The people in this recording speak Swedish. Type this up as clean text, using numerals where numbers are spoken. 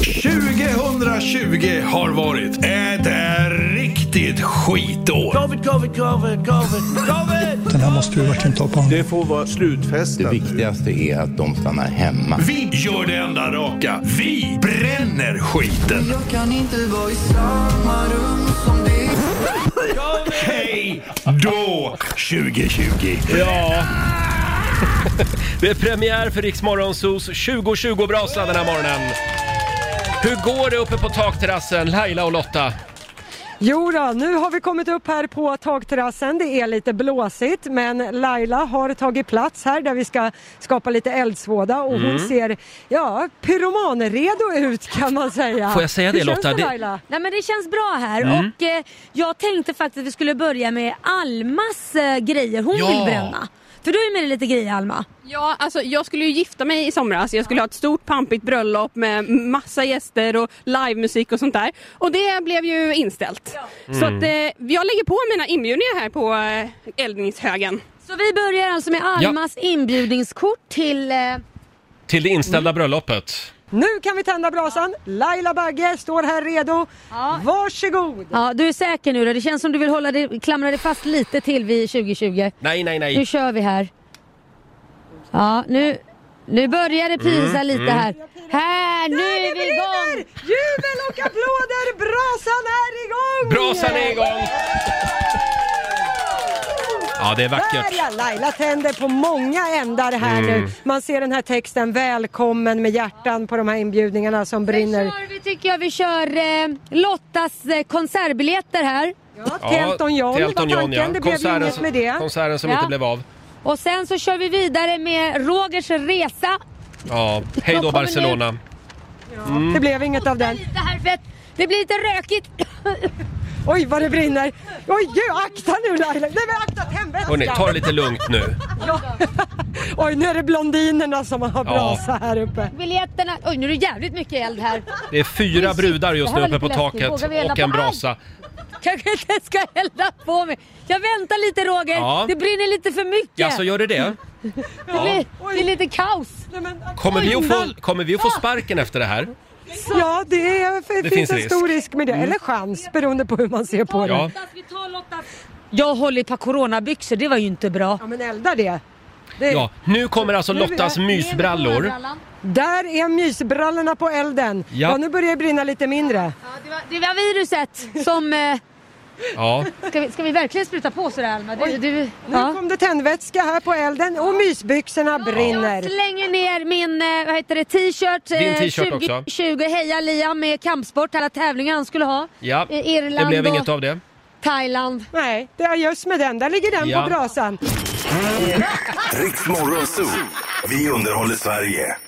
2020 har varit ett riktigt skitår. Covid. Den här måste vi verkligen ta på. Det får vara slutfest. Det viktigaste är att de stannar hemma. Vi gör det enda raka. Vi bränner skiten. Jag kan inte vara i samma rum som dig. Hej då 2020. Ja. Det är premiär för Rix Morgonzos 2020-brasa den här morgonen. Hur går det uppe på takterrassen, Laila och Lotta? Jo då, nu har vi kommit upp här på takterrassen. Det är lite blåsigt, men Laila har tagit plats här där vi ska skapa lite eldsvåda och hon ser, pyromanredo ut kan man säga. Får jag säga det, Lotta? Det, Laila? Nej, men det känns bra här och jag tänkte faktiskt att vi skulle börja med Almas grejer hon vill bränna. För du är med lite grejer, Alma. Ja, alltså jag skulle ju gifta mig i somras. Jag skulle ha ett stort pampigt bröllop med massa gäster och livemusik och sånt där. Och det blev ju inställt. Så att jag lägger på mina inbjudningar här på eldningshögen. Så vi börjar alltså med Almas inbjudningskort till det inställda bröllopet. Nu kan vi tända brasan. Laila Bagge står här redo. Ja. Varsågod. Ja, du är säker nu då? Det känns som du vill klamra dig fast lite till vid 2020. Nej. Nu kör vi här. Ja, nu börjar det pysa lite här. Här, nu är vi igång. Jubel och applåder. Brasan är igång. Brasan är igång. Ja, det är vackert. Laila tänder på många ändar här nu. Man ser den här texten, välkommen med hjärtan på de här inbjudningarna som brinner. Vi kör Lottas konsertbiljetter här. Ja, Telton John var tanken, det blev inget med det. Konserten som inte blev av. Och sen så kör vi vidare med Rogers resa. Ja, hej då Barcelona. Det blev inget av den. Det blir lite rökigt. Oj, vad det brinner. Oj, akta nu Laila. Nej, men akta tändvätska. Hörrni, ta det lite lugnt nu. Oj, nu är det blondinerna som har brasa här uppe. Biljetterna. Oj, nu är det jävligt mycket eld här. Det är 4 brudar just nu uppe på taket och en brasa. Kanske inte ska elda på mig. Jag väntar lite, Roger. Ja. Det brinner lite för mycket. Ja, så gör det. Det är lite kaos. Kommer vi att få sparken efter det här? Ja, det finns en stor risk med det. Eller chans, beroende på hur man ser på det. Jag håller på coronabyxor, det var ju inte bra. Ja, men elda det. Ja, nu kommer alltså Lottas mysbrallor. Där är mysbrallorna på elden. Ja, nu börjar det brinna lite mindre. Ja, det var viruset som... Ja. Ska vi verkligen spruta på sådär, Alma? Nu kom det tändvätska här på elden och mysbyxorna brinner. Jag slänger ner min t-shirt. Din t-shirt också. 20 Heja Liam med kampsport, alla tävlingar han skulle ha. Ja, Irland det blev inget av det. Thailand. Nej, det är just med den. Där ligger den på brasan. Rix Morgonzoo. Vi underhåller Sverige.